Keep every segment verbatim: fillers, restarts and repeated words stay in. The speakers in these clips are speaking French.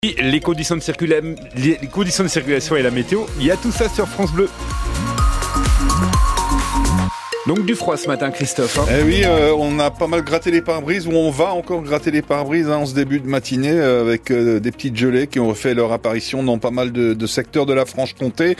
Les conditions de circula- les conditions de circulation et la météo, il y a tout ça sur France Bleu. Donc du froid ce matin, Christophe. Hein. Eh oui, euh, on a pas mal gratté les pare-brises, ou on va encore gratter les pare-brises hein, en ce début de matinée, euh, avec euh, des petites gelées qui ont fait leur apparition dans pas mal de, de secteurs de la Franche-Comté.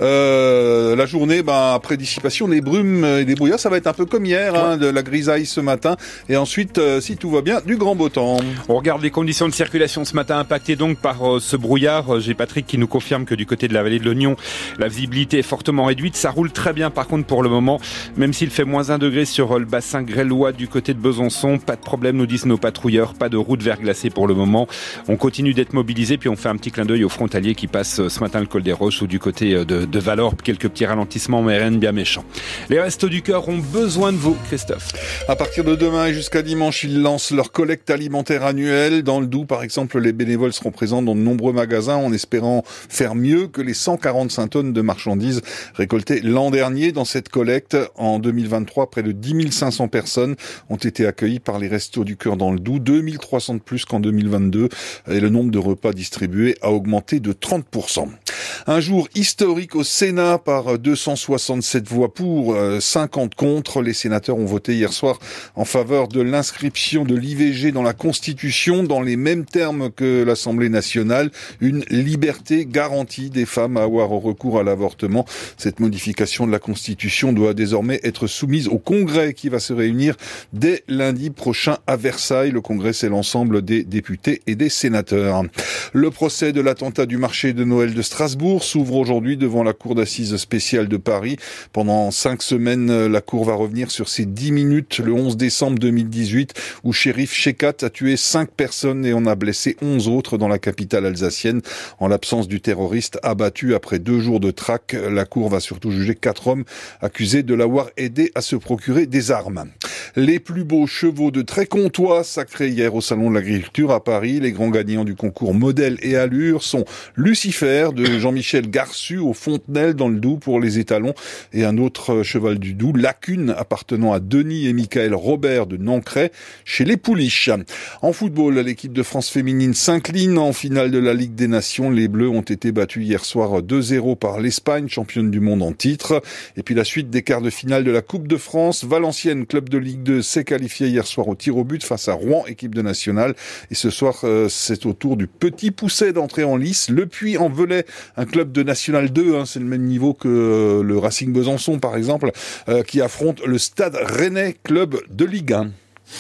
Euh, la journée, ben, après dissipation, les brumes et les brouillards, ça va être un peu comme hier, hein, de la grisaille ce matin, et ensuite, euh, si tout va bien, du grand beau temps. On regarde les conditions de circulation ce matin impactées donc par euh, ce brouillard. J'ai Patrick qui nous confirme que du côté de la vallée de l'Oignon, la visibilité est fortement réduite. Ça roule très bien par contre pour le moment, même s'il fait moins un degré sur le bassin grélois du côté de Besançon. Pas de problème, nous disent nos patrouilleurs, pas de route verglacée pour le moment. On continue d'être mobilisés, puis on fait un petit clin d'œil aux frontaliers qui passent ce matin le col des Roches ou du côté de, de Valorbe. Quelques petits ralentissements, mais rien de bien méchant. Les Restos du Cœur ont besoin de vous, Christophe. À partir de demain et jusqu'à dimanche, ils lancent leur collecte alimentaire annuelle. Dans le Doubs, par exemple, les bénévoles seront présents dans de nombreux magasins en espérant faire mieux que les cent quarante-cinq tonnes de marchandises récoltées l'an dernier. Dans cette collecte, en deux mille vingt-trois, près de dix mille cinq cents personnes ont été accueillies par les Restos du Cœur dans le Doubs, deux mille trois cents de plus qu'en deux mille vingt-deux, et le nombre de repas distribués a augmenté de trente pour cent. Un jour historique au Sénat par deux cent soixante-sept voix pour, cinquante contre. Les sénateurs ont voté hier soir en faveur de l'inscription de l'I V G dans la Constitution, dans les mêmes termes que l'Assemblée nationale, une liberté garantie des femmes à avoir recours à l'avortement. Cette modification de la Constitution doit désormais être soumise au Congrès qui va se réunir dès lundi prochain à Versailles. Le Congrès, c'est l'ensemble des députés et des sénateurs. Le procès de l'attentat du marché de Noël de Strasbourg s'ouvre aujourd'hui devant la cour d'assises spéciale de Paris. Pendant cinq semaines, la cour va revenir sur ces dix minutes le onze décembre deux mille dix-huit où Chérif Shekat a tué cinq personnes et en a blessé onze autres dans la capitale alsacienne. En l'absence du terroriste abattu après deux jours de traque, la cour va surtout juger quatre hommes accusés de l'avoir aidé à se procurer des armes. Les plus beaux chevaux de Trécontois sacrés hier au Salon de l'Agriculture à Paris. Les grands gagnants du concours Modèle et Allure sont Lucifer de Jean-Michel Garçu au Fontenelle dans le Doubs pour les étalons et un autre cheval du Doubs, Lacune, appartenant à Denis et Michael Robert de Nancray chez les Pouliches. En football, l'équipe de France féminine s'incline en finale de la Ligue des Nations. Les Bleus ont été battus hier soir deux zéro par l'Espagne, championne du monde en titre. Et puis la suite des quarts de finale de la Coupe de France. Valenciennes, club de Ligue deux, s'est qualifié hier soir au tir au but face à Rouen, équipe de nationale. Et ce soir, euh, c'est au tour du Petit Pousset d'entrer en lice. Le Puy-en-Velay, un club de National deux, hein, c'est le même niveau que euh, le Racing Besançon par exemple, euh, qui affronte le Stade Rennais, club de Ligue un.